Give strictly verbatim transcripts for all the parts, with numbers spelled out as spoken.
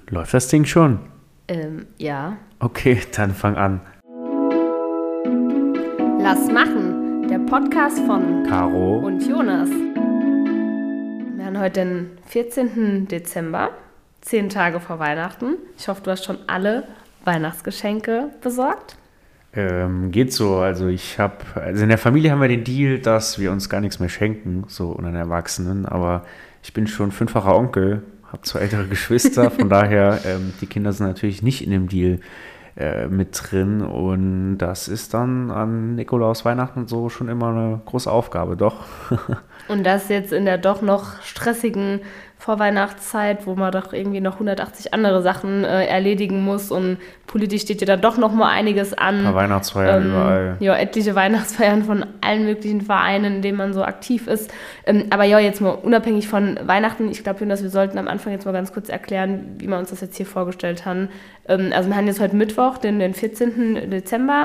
Läuft das Ding schon? Ähm, ja. Okay, dann fang an. Lass machen, der Podcast von Caro und Jonas. Wir haben heute den vierzehnten Dezember, zehn Tage vor Weihnachten. Ich hoffe, du hast schon alle Weihnachtsgeschenke besorgt. Ähm, geht so. Also ich habe, also in der Familie haben wir den Deal, dass wir uns gar nichts mehr schenken, so unseren Erwachsenen. Aber ich bin schon fünffacher Onkel, habe zwei ältere Geschwister, von daher, ähm, die Kinder sind natürlich nicht in dem Deal äh, mit drin. Und das ist dann an Nikolaus, Weihnachten und so schon immer eine große Aufgabe, doch. Und das jetzt in der doch noch stressigen Vorweihnachtszeit, wo man doch irgendwie noch hundertachtzig andere Sachen äh, erledigen muss und politisch steht ja dann doch noch mal einiges an. Ein paar Weihnachtsfeiern ähm, überall. Ja, etliche Weihnachtsfeiern von allen möglichen Vereinen, in denen man so aktiv ist. Ähm, aber ja, jetzt mal unabhängig von Weihnachten, ich glaube, Jonas, wir sollten am Anfang jetzt mal ganz kurz erklären, wie wir uns das jetzt hier vorgestellt haben. Ähm, also wir haben jetzt heute Mittwoch, den, den vierzehnten Dezember.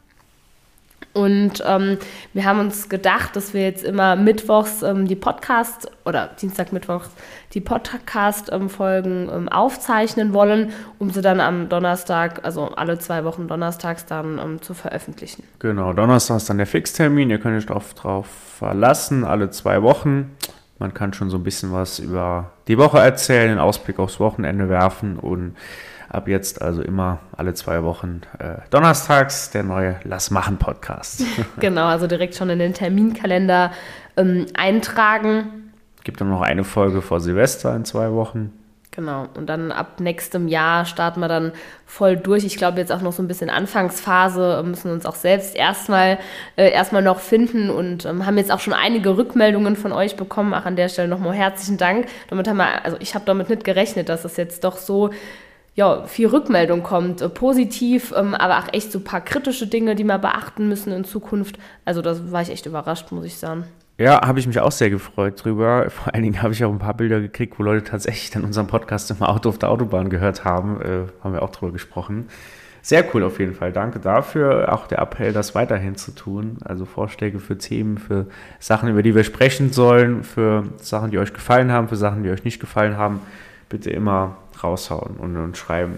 Und ähm, wir haben uns gedacht, dass wir jetzt immer mittwochs ähm, die Podcast- oder Dienstag, Mittwochs die Podcast-Folgen ähm, aufzeichnen wollen, um sie dann am Donnerstag, also alle zwei Wochen donnerstags dann ähm, zu veröffentlichen. Genau, Donnerstag ist dann der Fixtermin, ihr könnt euch drauf, drauf verlassen, alle zwei Wochen. Man kann schon so ein bisschen was über die Woche erzählen, einen Ausblick aufs Wochenende werfen und ab jetzt also immer alle zwei Wochen äh, donnerstags der neue Lass machen Podcast. Genau, also direkt schon in den Terminkalender ähm, eintragen. Gibt dann noch eine Folge vor Silvester in zwei Wochen. Genau, und dann ab nächstem Jahr starten wir dann voll durch. Ich glaube jetzt auch noch so ein bisschen Anfangsphase, müssen uns auch selbst erstmal äh, erstmal noch finden und ähm, haben jetzt auch schon einige Rückmeldungen von euch bekommen. Auch an der Stelle nochmal herzlichen Dank. Damit haben wir, also ich habe damit nicht gerechnet, dass es jetzt doch so ja, viel Rückmeldung kommt, äh, positiv, ähm, aber auch echt so ein paar kritische Dinge, die wir beachten müssen in Zukunft. Also da war ich echt überrascht, muss ich sagen. Ja, habe ich mich auch sehr gefreut drüber. Vor allen Dingen habe ich auch ein paar Bilder gekriegt, wo Leute tatsächlich dann unseren Podcast im Auto auf der Autobahn gehört haben. Äh, haben wir auch drüber gesprochen. Sehr cool auf jeden Fall. Danke dafür. Auch der Appell, das weiterhin zu tun. Also Vorschläge für Themen, für Sachen, über die wir sprechen sollen, für Sachen, die euch gefallen haben, für Sachen, die euch nicht gefallen haben. Bitte immer raushauen und uns schreiben.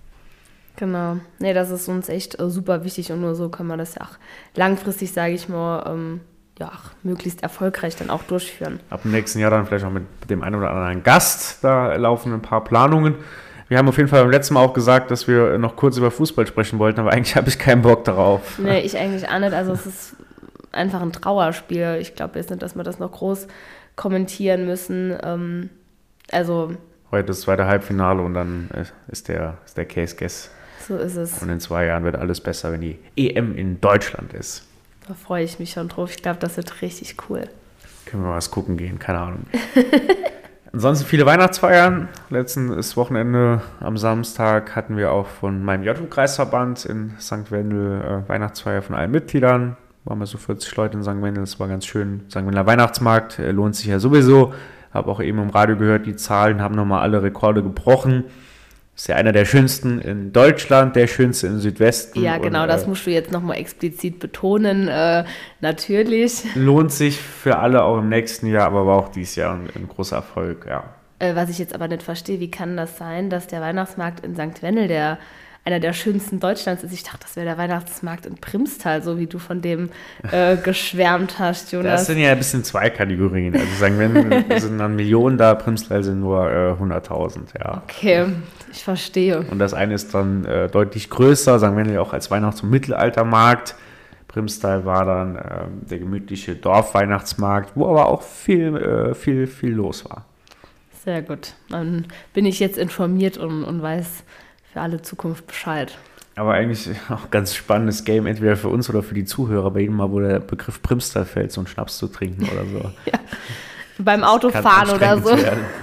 Genau. Nee, das ist uns echt äh, super wichtig und nur so kann man das ja auch langfristig, sage ich mal, ähm, ja, möglichst erfolgreich dann auch durchführen. Ab dem nächsten Jahr dann vielleicht auch mit dem einen oder anderen Gast. Da laufen ein paar Planungen. Wir haben auf jeden Fall beim letzten Mal auch gesagt, dass wir noch kurz über Fußball sprechen wollten, aber eigentlich habe ich keinen Bock darauf. Nee, ich eigentlich auch nicht. Also es ist einfach ein Trauerspiel. Ich glaube jetzt nicht, dass wir das noch groß kommentieren müssen. Ähm, also heute ist das zweite Halbfinale und dann ist der, ist der Case Guess. So ist es. Und in zwei Jahren wird alles besser, wenn die E M in Deutschland ist. Da freue ich mich schon drauf. Ich glaube, das wird richtig cool. Können wir mal was gucken gehen, keine Ahnung. Ansonsten viele Weihnachtsfeiern. Letztes Wochenende am Samstag hatten wir auch von meinem J U-Kreisverband in Sankt Wendel äh, Weihnachtsfeier von allen Mitgliedern. Waren wir so vierzig Leute in Sankt Wendel, das war ganz schön. Sankt Wendeler Weihnachtsmarkt äh, lohnt sich ja sowieso. Habe auch eben im Radio gehört, die Zahlen haben nochmal alle Rekorde gebrochen. Ist ja einer der schönsten in Deutschland, der schönste im Südwesten. Ja, genau, und, äh, das musst du jetzt nochmal explizit betonen. Äh, natürlich. Lohnt sich für alle auch im nächsten Jahr, aber war auch dieses Jahr ein, ein großer Erfolg, ja. Äh, was ich jetzt aber nicht verstehe, wie kann das sein, dass der Weihnachtsmarkt in Sankt Wendel der einer der schönsten Deutschlands ist? Ich dachte, das wäre der Weihnachtsmarkt in Primstal, so wie du von dem äh, geschwärmt hast, Jonas. Das sind ja ein bisschen zwei Kategorien. Also sagen wir, sind dann Millionen da, Primstal sind nur äh, hunderttausend, ja. Okay, ich verstehe. Und das eine ist dann äh, deutlich größer, sagen wir ja auch als Weihnachts- und Mittelaltermarkt. Primstal war dann äh, der gemütliche Dorfweihnachtsmarkt, wo aber auch viel, äh, viel, viel los war. Sehr gut. Dann bin ich jetzt informiert und, und weiß für alle Zukunft Bescheid. Aber eigentlich auch ganz spannendes Game, entweder für uns oder für die Zuhörer, bei jedem Mal, wo der Begriff Primstal fällt, so einen Schnaps zu trinken oder so. Ja. Beim Autofahren oder so.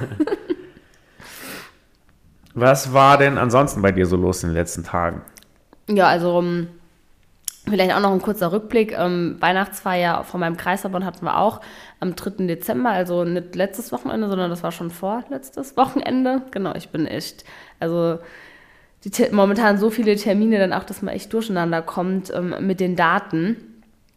Was war denn ansonsten bei dir so los in den letzten Tagen? Ja, also um, vielleicht auch noch ein kurzer Rückblick. Ähm, Weihnachtsfeier von meinem Kreisverband hatten wir auch am dritten Dezember, also nicht letztes Wochenende, sondern das war schon vorletztes Wochenende. Genau, ich bin echt, also die, momentan so viele Termine dann auch, dass man echt durcheinander kommt ähm, mit den Daten.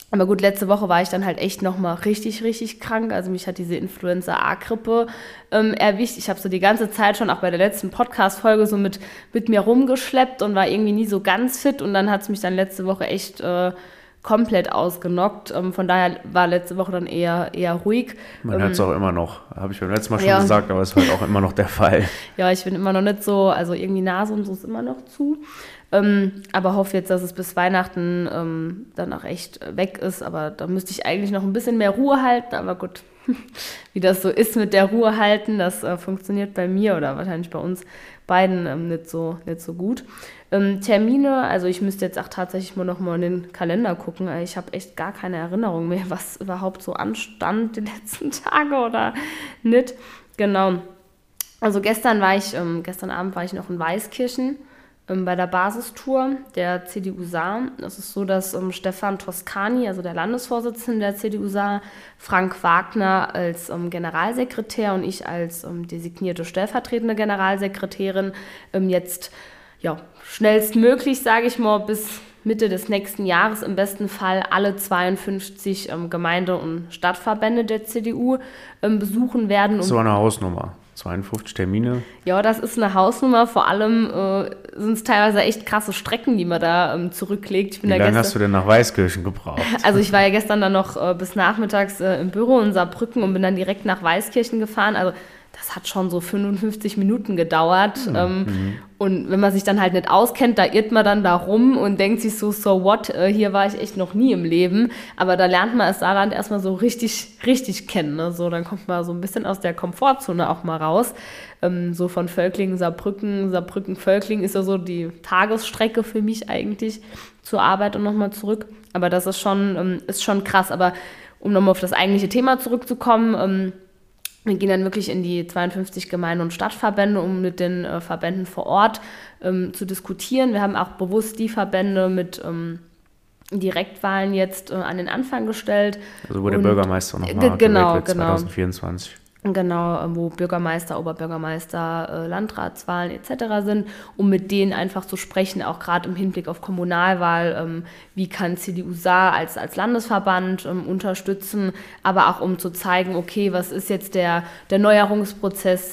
Aber gut, letzte Woche war ich dann halt echt nochmal richtig, richtig krank. Also mich hat diese Influenza-A-Grippe ähm, erwischt. Ich habe so die ganze Zeit schon, auch bei der letzten Podcast-Folge, so mit, mit mir rumgeschleppt und war irgendwie nie so ganz fit. Und dann hat es mich dann letzte Woche echt äh, komplett ausgenockt. Ähm, von daher war letzte Woche dann eher, eher ruhig. Man ähm, hört es auch immer noch. Habe ich beim letzten Mal schon ja. gesagt, aber es ist halt auch immer noch der Fall. Ja, ich bin immer noch nicht so, also irgendwie Nase und so ist immer noch zu. Ähm, aber hoffe jetzt, dass es bis Weihnachten ähm, dann auch echt weg ist. Aber da müsste ich eigentlich noch ein bisschen mehr Ruhe halten. Aber gut, wie das so ist mit der Ruhe halten, das äh, funktioniert bei mir oder wahrscheinlich bei uns beiden ähm, nicht so, nicht so gut. Ähm, Termine, also ich müsste jetzt auch tatsächlich mal noch mal in den Kalender gucken. Ich habe echt gar keine Erinnerung mehr, was überhaupt so anstand die letzten Tage oder nicht. Genau. Also gestern war ich, ähm, gestern Abend war ich noch in Weißkirchen bei der Basistour der C D U Saar. Es ist so, dass um, Stefan Toscani, also der Landesvorsitzende der C D U Saar, Frank Wagner als um, Generalsekretär und ich als um, designierte stellvertretende Generalsekretärin um, jetzt ja, schnellstmöglich, sage ich mal, bis Mitte des nächsten Jahres im besten Fall alle zweiundfünfzig um, Gemeinde- und Stadtverbände der C D U um, besuchen werden. Um so eine Hausnummer. zweiundfünfzig Termine. Ja, das ist eine Hausnummer. Vor allem äh, sind es teilweise echt krasse Strecken, die man da ähm, zurücklegt. Ich bin Wie da lange gestern, hast du denn nach Weißkirchen gebraucht? Also ich war ja gestern dann noch äh, bis nachmittags äh, im Büro in Saarbrücken und bin dann direkt nach Weißkirchen gefahren. Also das hat schon so fünfundfünfzig Minuten gedauert. Mhm. Ähm, und wenn man sich dann halt nicht auskennt, da irrt man dann da rum und denkt sich so, so what, äh, hier war ich echt noch nie im Leben. Aber da lernt man das Saarland erstmal so richtig, richtig kennen. Ne? So, dann kommt man so ein bisschen aus der Komfortzone auch mal raus. Ähm, so von Völklingen, Saarbrücken, Saarbrücken-Völklingen ist ja so die Tagesstrecke für mich eigentlich zur Arbeit und nochmal zurück. Aber das ist schon, ähm, ist schon krass. Aber um nochmal auf das eigentliche Thema zurückzukommen, ähm, wir gehen dann wirklich in die zweiundfünfzig Gemeinden- und Stadtverbände, um mit den äh, Verbänden vor Ort ähm, zu diskutieren. Wir haben auch bewusst die Verbände mit ähm, Direktwahlen jetzt äh, an den Anfang gestellt. Also wo der Bürgermeister nochmal genau, gewählt wird, genau. zwanzig vierundzwanzig. Genau, wo Bürgermeister, Oberbürgermeister, Landratswahlen et cetera sind, um mit denen einfach zu sprechen, auch gerade im Hinblick auf Kommunalwahl, wie kann C D U Saar als, als Landesverband unterstützen, aber auch um zu zeigen, okay, was ist jetzt der, der Neuerungsprozess,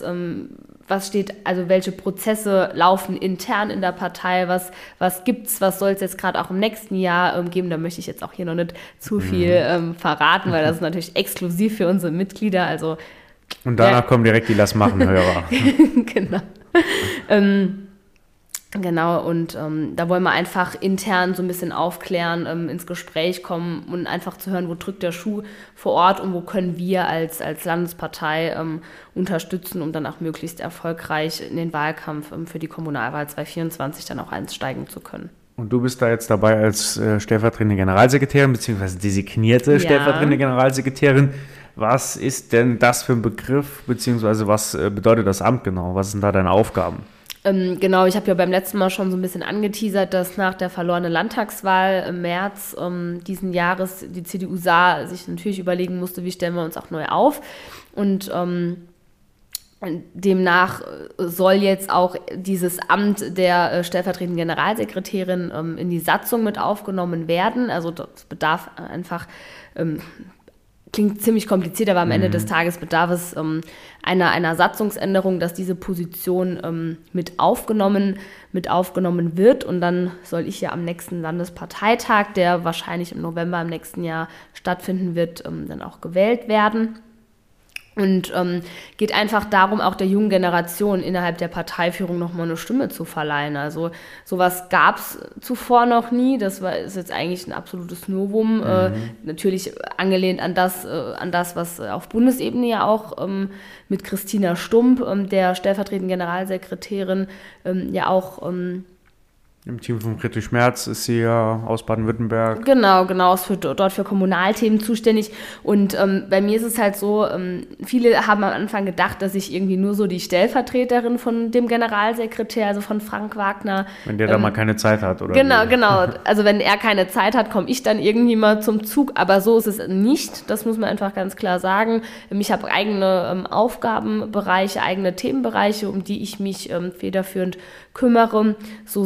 was steht, also welche Prozesse laufen intern in der Partei, was, was gibt's, was soll es jetzt gerade auch im nächsten Jahr ähm, geben, da möchte ich jetzt auch hier noch nicht zu viel ähm, verraten, weil das ist natürlich exklusiv für unsere Mitglieder, also und danach ja. kommen direkt die Lass-Machen-Hörer. Genau. ähm, genau, und ähm, da wollen wir einfach intern so ein bisschen aufklären, ähm, ins Gespräch kommen und einfach zu hören, wo drückt der Schuh vor Ort und wo können wir als, als Landespartei ähm, unterstützen, um dann auch möglichst erfolgreich in den Wahlkampf ähm, für die Kommunalwahl zwanzig vierundzwanzig dann auch einsteigen zu können. Und du bist da jetzt dabei als äh, stellvertretende Generalsekretärin, beziehungsweise designierte ja. stellvertretende Generalsekretärin. Was ist denn das für ein Begriff, beziehungsweise was äh, bedeutet das Amt genau? Was sind da deine Aufgaben? Ähm, genau, ich habe ja beim letzten Mal schon so ein bisschen angeteasert, dass nach der verlorenen Landtagswahl im März ähm, diesen Jahres die C D U Saar sich natürlich überlegen musste, wie stellen wir uns auch neu auf. Und ähm, demnach soll jetzt auch dieses Amt der äh, stellvertretenden Generalsekretärin ähm, in die Satzung mit aufgenommen werden. Also das bedarf einfach... Ähm, Klingt ziemlich kompliziert, aber am Ende mhm. des Tages bedarf es ähm, einer, einer Satzungsänderung, dass diese Position ähm, mit aufgenommen, mit aufgenommen wird. Und dann soll ich ja am nächsten Landesparteitag, der wahrscheinlich im November im nächsten Jahr stattfinden wird, ähm, dann auch gewählt werden. Und ähm, geht einfach darum, auch der jungen Generation innerhalb der Parteiführung nochmal eine Stimme zu verleihen. Also sowas gab es zuvor noch nie. Das war, ist jetzt eigentlich ein absolutes Novum. Mhm. Äh, natürlich angelehnt an das, äh, an das, was auf Bundesebene ja auch ähm, mit Christina Stump, ähm, der stellvertretenden Generalsekretärin, ähm, ja auch... Ähm, Im Team von Friedrich Merz ist sie ja aus Baden-Württemberg. Genau, genau, ist für, dort für Kommunalthemen zuständig. Und ähm, bei mir ist es halt so, ähm, viele haben am Anfang gedacht, dass ich irgendwie nur so die Stellvertreterin von dem Generalsekretär, also von Frank Wagner. Wenn der ähm, da mal keine Zeit hat, oder? Genau, wie? genau. Also wenn er keine Zeit hat, komme ich dann irgendwie mal zum Zug. Aber so ist es nicht. Das muss man einfach ganz klar sagen. Ich habe eigene ähm, Aufgabenbereiche, eigene Themenbereiche, um die ich mich ähm, federführend kümmere. So sind das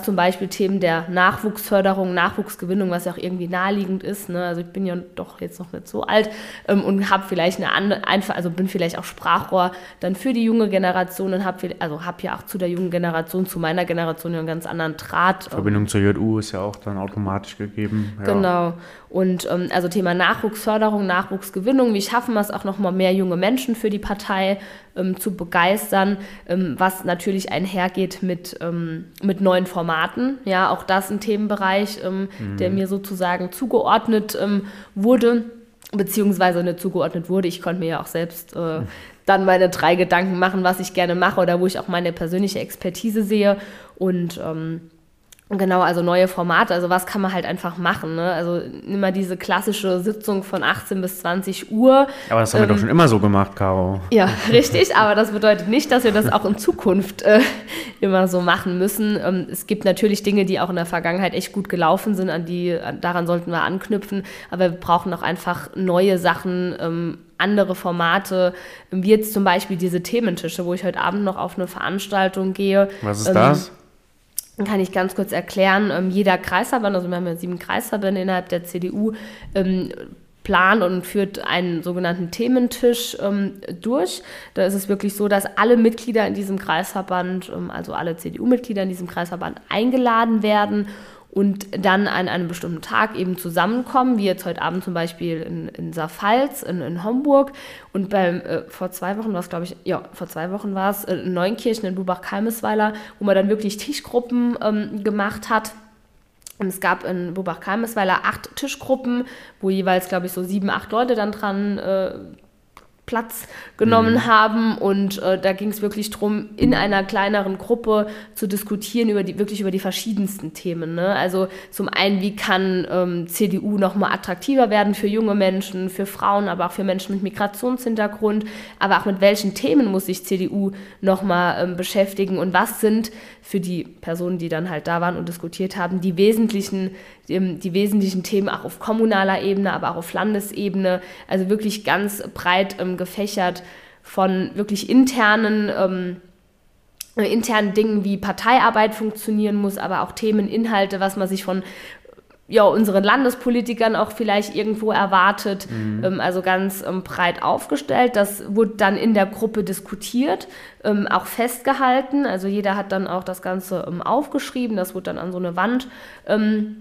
dass zum Beispiel Themen der Nachwuchsförderung, Nachwuchsgewinnung, was ja auch irgendwie naheliegend ist, ne? Also ich bin ja doch jetzt noch nicht so alt ähm, und habe vielleicht eine andere, einfach, also bin vielleicht auch Sprachrohr dann für die junge Generation und habe also hab ja auch zu der jungen Generation, zu meiner Generation ja einen ganz anderen Draht. Verbindung ähm, zur J U ist ja auch dann automatisch gegeben. Ja. Genau. Und ähm, also Thema Nachwuchsförderung, Nachwuchsgewinnung, wie schaffen wir es auch nochmal mehr junge Menschen für die Partei ähm, zu begeistern, ähm, was natürlich einhergeht mit, ähm, mit neuen Formaten. Ja, auch das ein Themenbereich, ähm, mhm. der mir sozusagen zugeordnet ähm, wurde, beziehungsweise nicht zugeordnet wurde. Ich konnte mir ja auch selbst äh, dann meine drei Gedanken machen, was ich gerne mache oder wo ich auch meine persönliche Expertise sehe. Und ähm, genau, also neue Formate, also was kann man halt einfach machen, ne? Also immer diese klassische Sitzung von achtzehn bis zwanzig Uhr. Aber das haben ähm, wir doch schon immer so gemacht, Caro. Ja, richtig, aber das bedeutet nicht, dass wir das auch in Zukunft äh, immer so machen müssen. Ähm, es gibt natürlich Dinge, die auch in der Vergangenheit echt gut gelaufen sind, an die, daran sollten wir anknüpfen, aber wir brauchen auch einfach neue Sachen, ähm, andere Formate, wie jetzt zum Beispiel diese Thementische, wo ich heute Abend noch auf eine Veranstaltung gehe. Was ist ähm, das? Kann ich ganz kurz erklären. Ähm, jeder Kreisverband, also wir haben ja sieben Kreisverbände innerhalb der C D U, ähm, plant und führt einen sogenannten Thementisch ähm, durch. Da ist es wirklich so, dass alle Mitglieder in diesem Kreisverband, ähm, also alle C D U-Mitglieder in diesem Kreisverband eingeladen werden und dann an einem bestimmten Tag eben zusammenkommen, wie jetzt heute Abend zum Beispiel in, in Saarpfalz, in, in Homburg. Und beim, äh, vor zwei Wochen war es, glaube ich, ja, vor zwei Wochen war es in Neunkirchen, in Bubach-Keimesweiler, wo man dann wirklich Tischgruppen ähm, gemacht hat. Und es gab in Bubach-Keimesweiler acht Tischgruppen, wo jeweils, glaube ich, so sieben, acht Leute dann dran äh, Platz genommen mhm. haben und äh, da ging es wirklich darum, in einer kleineren Gruppe zu diskutieren über die wirklich über die verschiedensten Themen. Ne? Also zum einen, wie kann ähm, C D U nochmal attraktiver werden für junge Menschen, für Frauen, aber auch für Menschen mit Migrationshintergrund, aber auch mit welchen Themen muss sich C D U nochmal ähm, beschäftigen und was sind für die Personen, die dann halt da waren und diskutiert haben, die wesentlichen, die, die wesentlichen Themen auch auf kommunaler Ebene, aber auch auf Landesebene, also wirklich ganz breit ähm, gefächert von wirklich internen, ähm, internen Dingen, wie Parteiarbeit funktionieren muss, aber auch Themen, Inhalte, was man sich von ja, unseren Landespolitikern auch vielleicht irgendwo erwartet, mhm. ähm, also ganz ähm, breit aufgestellt. Das wurde dann in der Gruppe diskutiert, ähm, auch festgehalten, also jeder hat dann auch das Ganze ähm, aufgeschrieben, das wurde dann an so eine Wand ähm,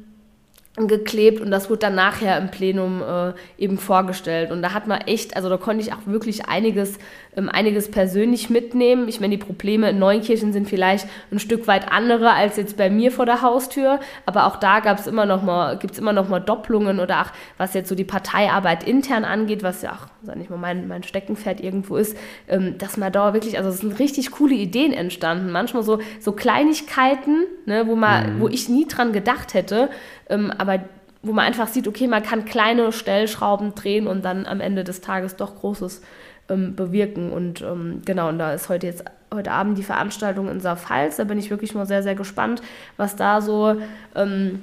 geklebt und das wurde dann nachher im Plenum äh, eben vorgestellt und da hat man echt, also da konnte ich auch wirklich einiges, ähm, einiges persönlich mitnehmen. Ich meine, die Probleme in Neunkirchen sind vielleicht ein Stück weit andere als jetzt bei mir vor der Haustür, aber auch da gab es immer noch mal, gibt es immer noch mal Doppelungen oder auch, was jetzt so die Parteiarbeit intern angeht, was ja auch, sag ich mal, mein, mein Steckenpferd irgendwo ist, ähm, dass man da wirklich, also es sind richtig coole Ideen entstanden, manchmal so, so Kleinigkeiten, ne, wo man, mhm. wo ich nie dran gedacht hätte, ähm, aber wo man einfach sieht, okay, man kann kleine Stellschrauben drehen und dann am Ende des Tages doch Großes ähm, bewirken. Und ähm, genau, und da ist heute jetzt heute Abend die Veranstaltung in Saarpfalz. Da bin ich wirklich mal sehr, sehr gespannt, was da so ähm,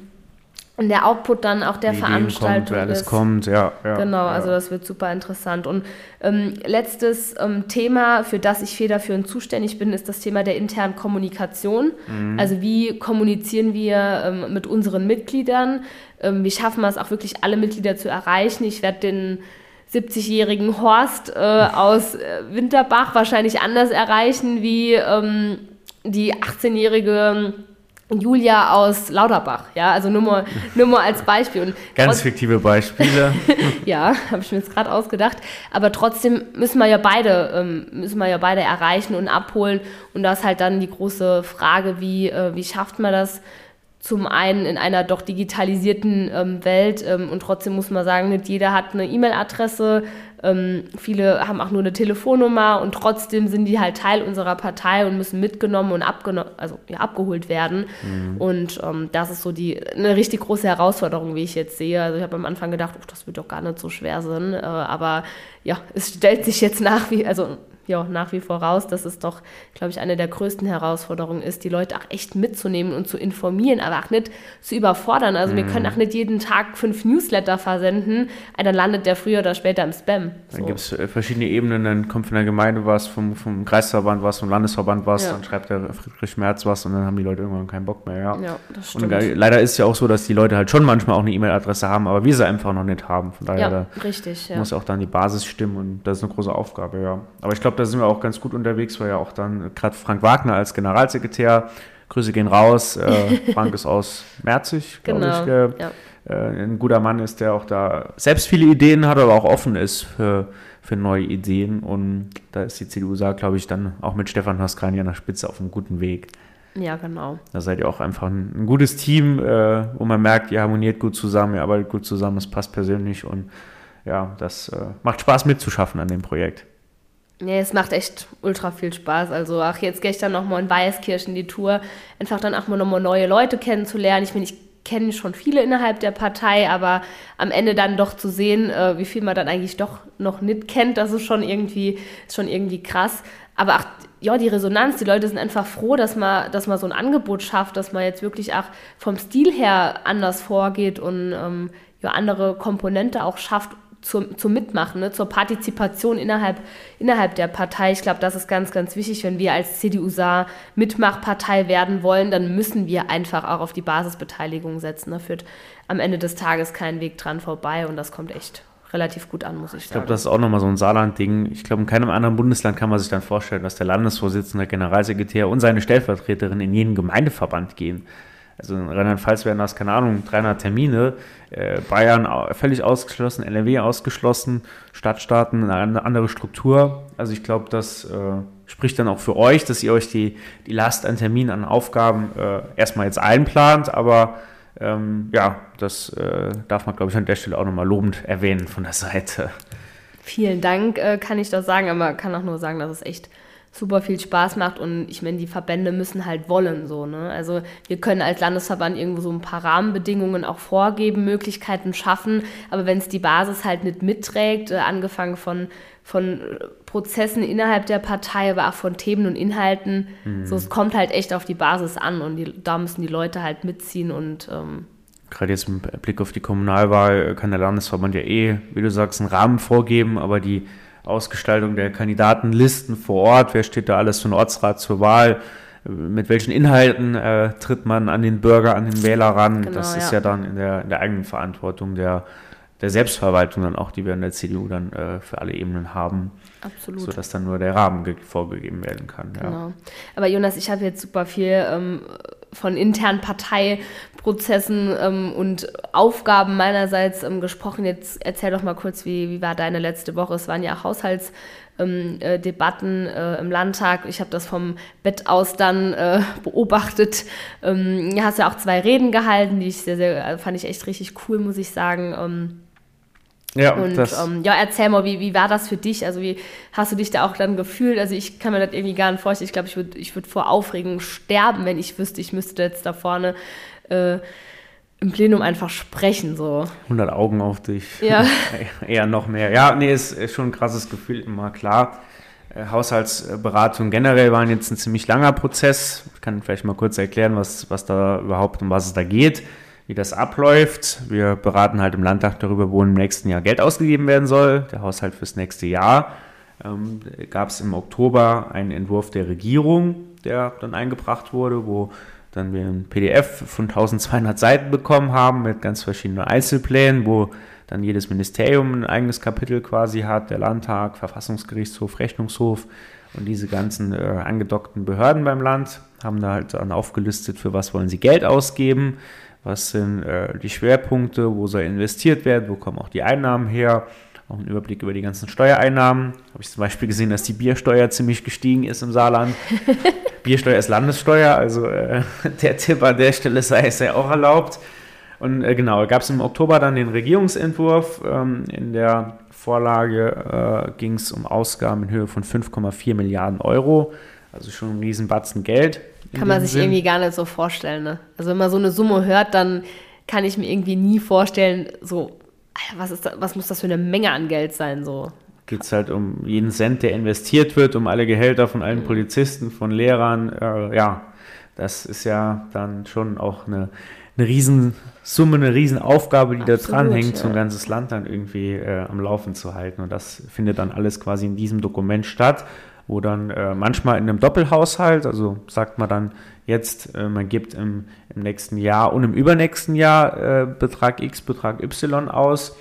der Output dann auch der Wie Veranstaltung kommt, wer alles ist. kommt, ja. ja genau, ja. also das wird super interessant. Und ähm, letztes ähm, Thema, für das ich federführend zuständig bin, ist das Thema der internen Kommunikation. Mhm. Also wie kommunizieren wir ähm, mit unseren Mitgliedern? Ähm, wie schaffen wir es auch wirklich, alle Mitglieder zu erreichen? Ich werde den siebzigjährigen Horst äh, aus äh, Winterbach wahrscheinlich anders erreichen wie ähm, die achtzehnjährige Julia aus Lauterbach, ja, also nur mal, nur mal als Beispiel. Und ganz trotz- fiktive Beispiele. Ja, habe ich mir jetzt gerade ausgedacht. Aber trotzdem müssen wir ja beide, ähm, müssen wir ja beide erreichen und abholen. Und da ist halt dann die große Frage, wie, äh, wie schafft man das? Zum einen in einer doch digitalisierten ähm, Welt ähm, und trotzdem muss man sagen, nicht jeder hat eine E-Mail-Adresse, ähm, viele haben auch nur eine Telefonnummer und trotzdem sind die halt Teil unserer Partei und müssen mitgenommen und abgeno- also, ja, abgeholt werden. Mhm. Und ähm, das ist so die eine richtig große Herausforderung, wie ich jetzt sehe. Also ich habe am Anfang gedacht, oh, das wird doch gar nicht so schwer sein, äh, aber ja, es stellt sich jetzt nach wie, also ja, nach wie vor raus, dass es doch, glaube ich, eine der größten Herausforderungen ist, die Leute auch echt mitzunehmen und zu informieren, aber auch nicht zu überfordern. Also mm. wir können auch nicht jeden Tag fünf Newsletter versenden, dann landet der früher oder später im Spam. So. Dann gibt es verschiedene Ebenen, dann kommt von der Gemeinde was, vom, vom Kreisverband was, vom Landesverband was, ja. Dann schreibt der Friedrich Merz was und dann haben die Leute irgendwann keinen Bock mehr. Ja, ja das stimmt. Und leider ist es ja auch so, dass die Leute halt schon manchmal auch eine E-Mail-Adresse haben, aber wir sie einfach noch nicht haben. Von daher ja, da richtig, ja. muss auch dann die Basis stimmen und das ist eine große Aufgabe, ja. Aber ich glaube, da sind wir auch ganz gut unterwegs, weil ja auch dann gerade Frank Wagner als Generalsekretär, Grüße gehen raus, äh, Frank ist aus Merzig, glaube genau. ich, äh, ja. äh, ein guter Mann ist, der auch da selbst viele Ideen hat, aber auch offen ist für, für neue Ideen und da ist die C D U, glaube ich, dann auch mit Stefan Haskrani an der Spitze auf einem guten Weg. Ja, genau. Da seid ihr auch einfach ein, ein gutes Team, äh, wo man merkt, ihr harmoniert gut zusammen, ihr arbeitet gut zusammen, es passt persönlich und ja, das äh, macht Spaß mitzuschaffen an dem Projekt. Nee, es macht echt ultra viel Spaß. Also auch jetzt gehe ich dann nochmal in Weißkirchen die Tour, einfach dann auch mal nochmal neue Leute kennenzulernen. Ich meine, ich kenne schon viele innerhalb der Partei, aber am Ende dann doch zu sehen, äh, wie viel man dann eigentlich doch noch nicht kennt, das ist schon irgendwie, ist schon irgendwie krass. Aber auch, ja, die Resonanz, die Leute sind einfach froh, dass man, dass man so ein Angebot schafft, dass man jetzt wirklich auch vom Stil her anders vorgeht und ähm, ja, andere Komponente auch schafft, Zum, zum Mitmachen, ne, zur Partizipation innerhalb, innerhalb der Partei. Ich glaube, das ist ganz, ganz wichtig. Wenn wir als C D U S A Mitmachpartei werden wollen, dann müssen wir einfach auch auf die Basisbeteiligung setzen. Da führt am Ende des Tages kein Weg dran vorbei und das kommt echt relativ gut an, muss ich sagen. Ich glaube, das ist auch nochmal so ein Saarland-Ding. Ich glaube, in keinem anderen Bundesland kann man sich dann vorstellen, dass der Landesvorsitzende, der Generalsekretär und seine Stellvertreterin in jeden Gemeindeverband gehen. Also in Rheinland-Pfalz werden das, keine Ahnung, dreihundert Termine, äh, Bayern völlig ausgeschlossen, N R W ausgeschlossen, Stadtstaaten eine andere Struktur. Also ich glaube, das äh, spricht dann auch für euch, dass ihr euch die, die Last an Terminen, an Aufgaben äh, erstmal jetzt einplant, aber ähm, ja, das äh, darf man, glaube ich, an der Stelle auch nochmal lobend erwähnen von der Seite. Vielen Dank, äh, kann ich das sagen, aber kann auch nur sagen, dass es echt super viel Spaß macht und ich meine, die Verbände müssen halt wollen, so, ne? Also wir können als Landesverband irgendwo so ein paar Rahmenbedingungen auch vorgeben, Möglichkeiten schaffen, aber wenn es die Basis halt nicht mitträgt, äh, angefangen von, von Prozessen innerhalb der Partei, aber auch von Themen und Inhalten, mhm. so, es kommt halt echt auf die Basis an und die, da müssen die Leute halt mitziehen und ähm, gerade jetzt mit Blick auf die Kommunalwahl kann der Landesverband ja eh, wie du sagst, einen Rahmen vorgeben, aber die Ausgestaltung der Kandidatenlisten vor Ort, wer steht da alles für den Ortsrat zur Wahl, mit welchen Inhalten äh, tritt man an den Bürger, an den Wähler ran, genau, das ist ja, ja dann in der, in der eigenen Verantwortung der, der Selbstverwaltung dann auch, die wir in der C D U dann äh, für alle Ebenen haben. Absolut. Sodass dann nur der Rahmen ge- vorgegeben werden kann. Genau. Ja. Aber Jonas, ich habe jetzt super viel ähm, von internen Parteiprozessen ähm, und Aufgaben meinerseits ähm, gesprochen. Jetzt erzähl doch mal kurz, wie, wie war deine letzte Woche? Es waren ja auch Haushaltsdebatten äh, äh, im Landtag. Ich habe das vom Bett aus dann äh, beobachtet. Ähm, du hast ja auch zwei Reden gehalten, die ich sehr, sehr, fand ich echt richtig cool, muss ich sagen. Ähm, Ja, und das ähm, ja, erzähl mal, wie, wie war das für dich? Also wie hast du dich da auch dann gefühlt? Also ich kann mir das irgendwie gar nicht vorstellen. Ich glaube, ich würde ich würd vor Aufregung sterben, wenn ich wüsste, ich müsste jetzt da vorne äh, im Plenum einfach sprechen. So. hundert Augen auf dich. Ja. Eher noch mehr. Ja, nee, ist, ist schon ein krasses Gefühl, immer klar. Äh, Haushaltsberatung generell war jetzt ein ziemlich langer Prozess. Ich kann vielleicht mal kurz erklären, was, was da überhaupt, um was es da geht. Wie das abläuft. Wir beraten halt im Landtag darüber, wo im nächsten Jahr Geld ausgegeben werden soll, der Haushalt fürs nächste Jahr. Ähm, gab es im Oktober einen Entwurf der Regierung, der dann eingebracht wurde, wo dann wir ein P D F von eintausendzweihundert Seiten bekommen haben mit ganz verschiedenen Einzelplänen, wo dann jedes Ministerium ein eigenes Kapitel quasi hat, der Landtag, Verfassungsgerichtshof, Rechnungshof und diese ganzen äh, angedockten Behörden beim Land haben da halt dann aufgelistet, für was wollen sie Geld ausgeben. Was sind äh, die Schwerpunkte, wo soll investiert werden, wo kommen auch die Einnahmen her, auch ein Überblick über die ganzen Steuereinnahmen. Habe ich zum Beispiel gesehen, dass die Biersteuer ziemlich gestiegen ist im Saarland. Biersteuer ist Landessteuer, also äh, der Tipp an der Stelle sei es ja auch erlaubt. Und äh, genau, gab es im Oktober dann den Regierungsentwurf. Ähm, in der Vorlage äh, ging es um Ausgaben in Höhe von fünf Komma vier Milliarden Euro, also schon ein Riesenbatzen Geld. Kann man sich Sinn. irgendwie gar nicht so vorstellen, ne? Also wenn man so eine Summe hört, dann kann ich mir irgendwie nie vorstellen, so, was ist da, was muss das für eine Menge an Geld sein, so. geht es halt um jeden Cent, der investiert wird, um alle Gehälter von allen Polizisten, von Lehrern. Äh, ja, das ist ja dann schon auch eine, eine Riesensumme, eine Riesenaufgabe, die Absolut, da dranhängt, ja. so ein ganzes Land dann irgendwie äh, am Laufen zu halten. Und das findet dann alles quasi in diesem Dokument statt, wo dann äh, manchmal in einem Doppelhaushalt, also sagt man dann jetzt, äh, man gibt im, im nächsten Jahr und im übernächsten Jahr äh, Betrag X, Betrag Y aus.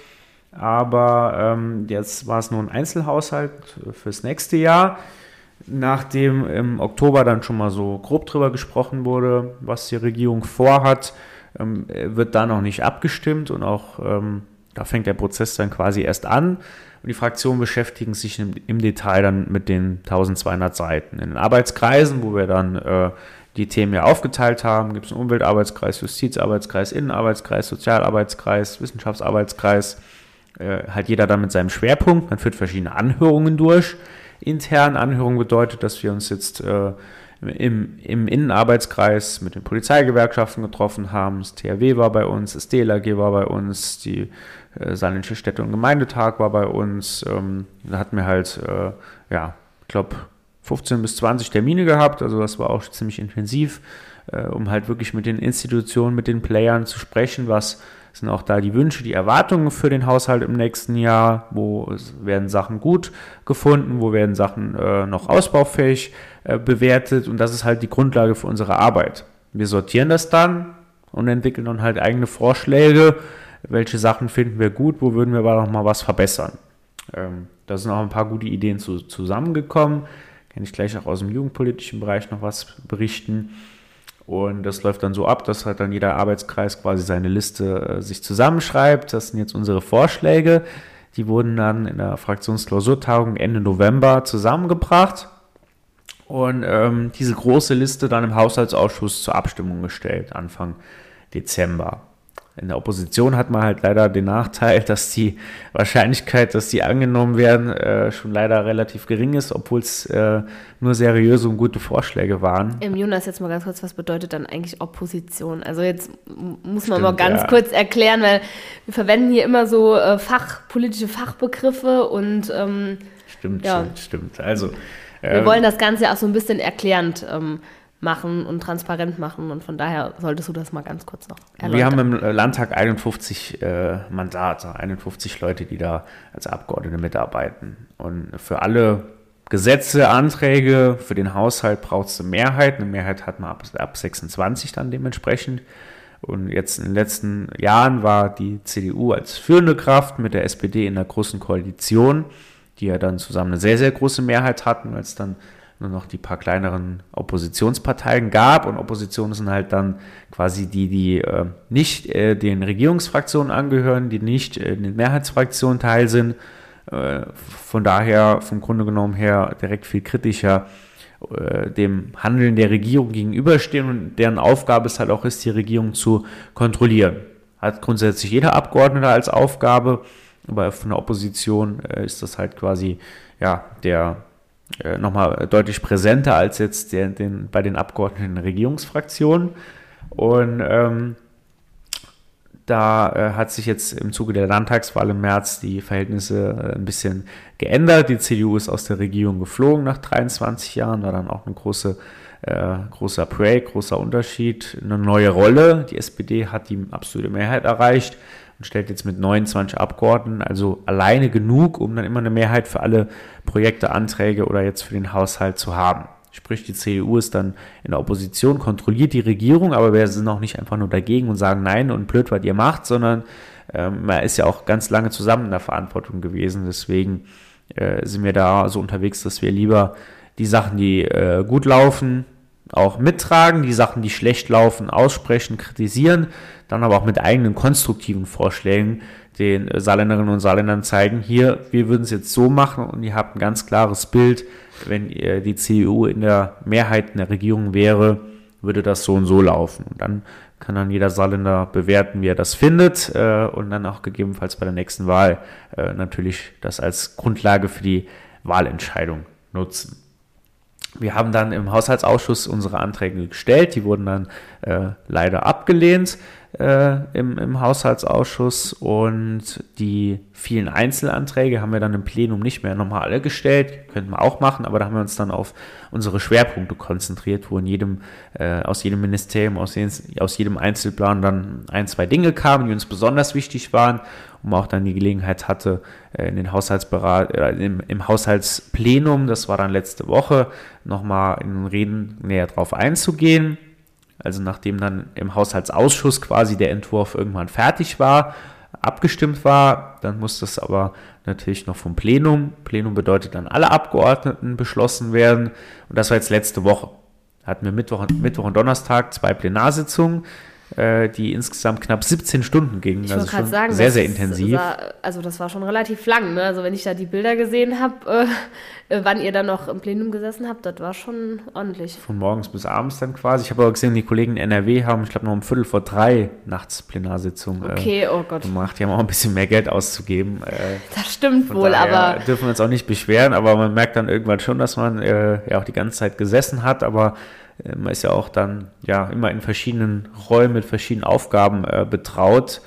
Aber ähm, jetzt war es nur ein Einzelhaushalt fürs nächste Jahr. Nachdem im Oktober dann schon mal so grob drüber gesprochen wurde, was die Regierung vorhat, ähm, wird da noch nicht abgestimmt und auch ähm, da fängt der Prozess dann quasi erst an. Und die Fraktionen beschäftigen sich im, im Detail dann mit den eintausendzweihundert Seiten. In den Arbeitskreisen, wo wir dann äh, die Themen ja aufgeteilt haben, gibt es einen Umweltarbeitskreis, Justizarbeitskreis, Innenarbeitskreis, Sozialarbeitskreis, Wissenschaftsarbeitskreis. Äh, halt jeder dann mit seinem Schwerpunkt. Man führt verschiedene Anhörungen durch. Intern Anhörung bedeutet, dass wir uns jetzt äh, im, im Innenarbeitskreis mit den Polizeigewerkschaften getroffen haben. Das T H W war bei uns, das D L R G war bei uns, die äh, Saarländische Städte- und Gemeindetag war bei uns. Ähm, da hatten wir halt, äh, ja, ich glaube, fünfzehn bis zwanzig Termine gehabt. Also das war auch ziemlich intensiv, äh, um halt wirklich mit den Institutionen, mit den Playern zu sprechen, was sind auch da die Wünsche, die Erwartungen für den Haushalt im nächsten Jahr, wo werden Sachen gut gefunden, wo werden Sachen äh, noch ausbaufähig äh, bewertet, und das ist halt die Grundlage für unsere Arbeit. Wir sortieren das dann und entwickeln dann halt eigene Vorschläge, welche Sachen finden wir gut, wo würden wir aber noch mal was verbessern. Ähm, da sind auch ein paar gute Ideen zu, zusammengekommen, kann ich gleich auch aus dem jugendpolitischen Bereich noch was berichten. Und das läuft dann so ab, dass halt dann jeder Arbeitskreis quasi seine Liste äh, sich zusammenschreibt. Das sind jetzt unsere Vorschläge. Die wurden dann in der Fraktionsklausurtagung Ende November zusammengebracht und ähm, diese große Liste dann im Haushaltsausschuss zur Abstimmung gestellt, Anfang Dezember. In der Opposition hat man halt leider den Nachteil, dass die Wahrscheinlichkeit, dass die angenommen werden, äh, schon leider relativ gering ist, obwohl es äh, nur seriöse und gute Vorschläge waren. Im Jonas, jetzt mal ganz kurz, was bedeutet dann eigentlich Opposition? Also jetzt muss man Stimmt, mal ganz ja. kurz erklären, weil wir verwenden hier immer so äh, Fach, politische Fachbegriffe und ähm, Stimmt, ja. stimmt, stimmt. Also, wir äh, wollen das Ganze auch so ein bisschen erklärend ähm, machen und transparent machen, und von daher solltest du das mal ganz kurz noch erläutern. Wir haben im Landtag einundfünfzig äh, Mandate, einundfünfzig Leute, die da als Abgeordnete mitarbeiten. Und für alle Gesetze, Anträge, für den Haushalt braucht es eine Mehrheit. Eine Mehrheit hat man ab, ab sechsundzwanzig dann dementsprechend. Und jetzt in den letzten Jahren war die C D U als führende Kraft mit der S P D in der großen Koalition, die ja dann zusammen eine sehr, sehr große Mehrheit hatten, als dann nur noch die paar kleineren Oppositionsparteien gab. Und Opposition sind halt dann quasi die, die äh, nicht äh, den Regierungsfraktionen angehören, die nicht äh, in den Mehrheitsfraktionen teil sind. Äh, von daher vom Grunde genommen her direkt viel kritischer äh, dem Handeln der Regierung gegenüberstehen, und deren Aufgabe es halt auch ist, die Regierung zu kontrollieren. Hat grundsätzlich jeder Abgeordnete als Aufgabe, aber von der Opposition äh, ist das halt quasi ja der Äh, nochmal deutlich präsenter als jetzt der, den, bei den Abgeordneten der Regierungsfraktionen. Und ähm, da äh, hat sich jetzt im Zuge der Landtagswahl im März die Verhältnisse äh, ein bisschen geändert. Die C D U ist aus der Regierung geflogen nach dreiundzwanzig Jahren, war dann auch ein große, äh, großer Break, großer Unterschied, eine neue Rolle. Die S P D hat die absolute Mehrheit erreicht und stellt jetzt mit neunundzwanzig Abgeordneten, also alleine genug, um dann immer eine Mehrheit für alle Projekte, Anträge oder jetzt für den Haushalt zu haben. Sprich, die C D U ist dann in der Opposition, kontrolliert die Regierung, aber wir sind auch nicht einfach nur dagegen und sagen nein und blöd, was ihr macht, sondern ähm, man ist ja auch ganz lange zusammen in der Verantwortung gewesen. Deswegen äh, sind wir da so unterwegs, dass wir lieber die Sachen, die äh, gut laufen, auch mittragen, die Sachen, die schlecht laufen, aussprechen, kritisieren, dann aber auch mit eigenen konstruktiven Vorschlägen den Saarländerinnen und Saarländern zeigen, hier, wir würden es jetzt so machen und ihr habt ein ganz klares Bild, wenn die C D U in der Mehrheit in der Regierung wäre, würde das so und so laufen. Und dann kann dann jeder Saarländer bewerten, wie er das findet äh, und dann auch gegebenenfalls bei der nächsten Wahl äh, natürlich das als Grundlage für die Wahlentscheidung nutzen. Wir haben dann im Haushaltsausschuss unsere Anträge gestellt, die wurden dann äh, leider abgelehnt. äh, im, im Haushaltsausschuss und die vielen Einzelanträge haben wir dann im Plenum nicht mehr nochmal alle gestellt, könnten wir auch machen, aber da haben wir uns dann auf unsere Schwerpunkte konzentriert, wo in jedem, äh, aus jedem Ministerium, aus, den, aus jedem Einzelplan dann ein, zwei Dinge kamen, die uns besonders wichtig waren, und man auch dann die Gelegenheit hatte, äh, in den Haushaltsberat, äh, im, im Haushaltsplenum, das war dann letzte Woche, nochmal in den Reden näher drauf einzugehen. Also nachdem dann im Haushaltsausschuss quasi der Entwurf irgendwann fertig war, abgestimmt war, dann muss das aber natürlich noch vom Plenum. Plenum bedeutet dann alle Abgeordneten beschlossen werden. Und das war jetzt letzte Woche. Hatten wir Mittwoch, Mittwoch und Donnerstag zwei Plenarsitzungen, äh, die insgesamt knapp siebzehn Stunden gingen. Ich also wollte gerade schon sagen, sehr, das sehr ist- intensiv. War, also das war schon relativ lang. Ne? Also wenn ich da die Bilder gesehen habe, äh, äh, wann ihr dann noch im Plenum gesessen habt, das war schon ordentlich. Von morgens bis abends dann quasi. Ich habe aber gesehen, die Kollegen in N R W haben, ich glaube, noch um Viertel vor drei nachts Plenarsitzung äh, Okay, oh Gott, gemacht. Die haben auch ein bisschen mehr Geld auszugeben. Äh, das stimmt Von wohl, daher aber dürfen wir uns auch nicht beschweren, aber man merkt dann irgendwann schon, dass man äh, ja auch die ganze Zeit gesessen hat, aber äh, man ist ja auch dann ja immer in verschiedenen Rollen mit verschiedenen Aufgaben äh, betraut.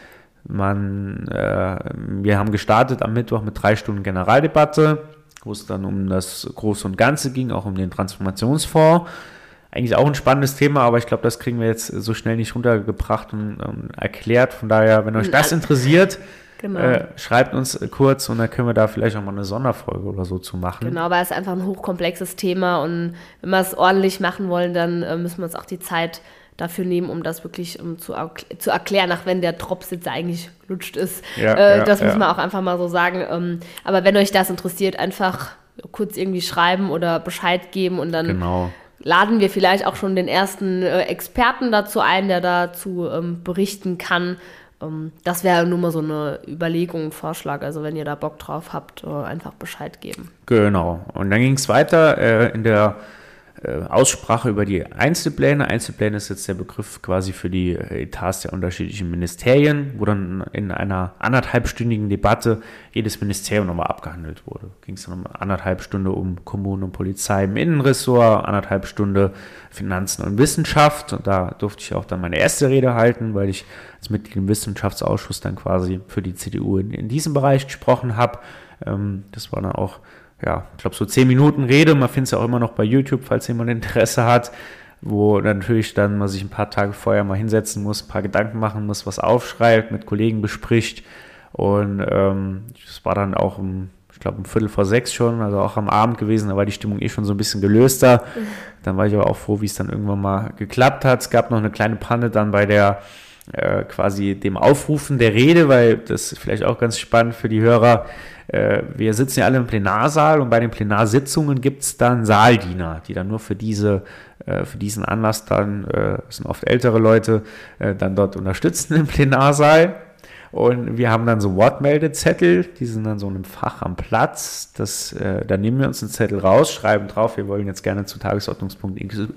Man, äh, wir haben gestartet am Mittwoch mit drei Stunden Generaldebatte, wo es dann um das Große und Ganze ging, auch um den Transformationsfonds. Eigentlich auch ein spannendes Thema, aber ich glaube, das kriegen wir jetzt so schnell nicht runtergebracht und ähm, erklärt. Von daher, wenn euch das interessiert, genau. Äh, schreibt uns kurz und dann können wir da vielleicht auch mal eine Sonderfolge oder so zu machen. Genau, weil es einfach ein hochkomplexes Thema und wenn wir es ordentlich machen wollen, dann äh, müssen wir uns auch die Zeit dafür nehmen, um das wirklich um zu, erkl- zu erklären, auch wenn der Drops jetzt eigentlich lutscht ist. Ja, äh, ja, das ja. muss man auch einfach mal so sagen. Ähm, aber wenn euch das interessiert, einfach kurz irgendwie schreiben oder Bescheid geben und dann Genau. laden wir vielleicht auch schon den ersten äh, Experten dazu ein, der dazu ähm, berichten kann. Ähm, das wäre nur mal so eine Überlegung, ein Vorschlag. Also wenn ihr da Bock drauf habt, äh, einfach Bescheid geben. Genau. Und dann ging es weiter äh, in der äh, Aussprache über die Einzelpläne. Einzelpläne ist jetzt der Begriff quasi für die äh, Etats der unterschiedlichen Ministerien, wo dann in einer anderthalbstündigen Debatte jedes Ministerium nochmal abgehandelt wurde. Ging es dann um anderthalb Stunde um Kommunen und Polizei im Innenressort, anderthalb Stunde Finanzen und Wissenschaft. Und da durfte ich auch dann meine erste Rede halten, weil ich als Mitglied im Wissenschaftsausschuss dann quasi für die C D U in, in diesem Bereich gesprochen habe. Ähm, das war dann auch, ja, ich glaube so zehn Minuten Rede. Man findet es ja auch immer noch bei YouTube, falls jemand Interesse hat, wo natürlich dann man sich ein paar Tage vorher mal hinsetzen muss, ein paar Gedanken machen muss, was aufschreibt, mit Kollegen bespricht. Und ähm, das war dann auch um, ich glaube um Viertel vor sechs schon, also auch am Abend gewesen, da war die Stimmung eh schon so ein bisschen gelöster. Dann war ich aber auch froh, wie es dann irgendwann mal geklappt hat. Es gab noch eine kleine Panne dann bei der äh, quasi dem Aufrufen der Rede, weil das ist vielleicht auch ganz spannend für die Hörer. Äh, wir sitzen ja alle im Plenarsaal und bei den Plenarsitzungen gibt es dann Saaldiener, die dann nur für diese äh, für diesen Anlass dann, äh, das sind oft ältere Leute, äh, dann dort unterstützen im Plenarsaal. Und wir haben dann so Wortmeldezettel, die sind dann so in einem Fach am Platz. Das, äh, da nehmen wir uns einen Zettel raus, schreiben drauf, wir wollen jetzt gerne zu Tagesordnungspunkt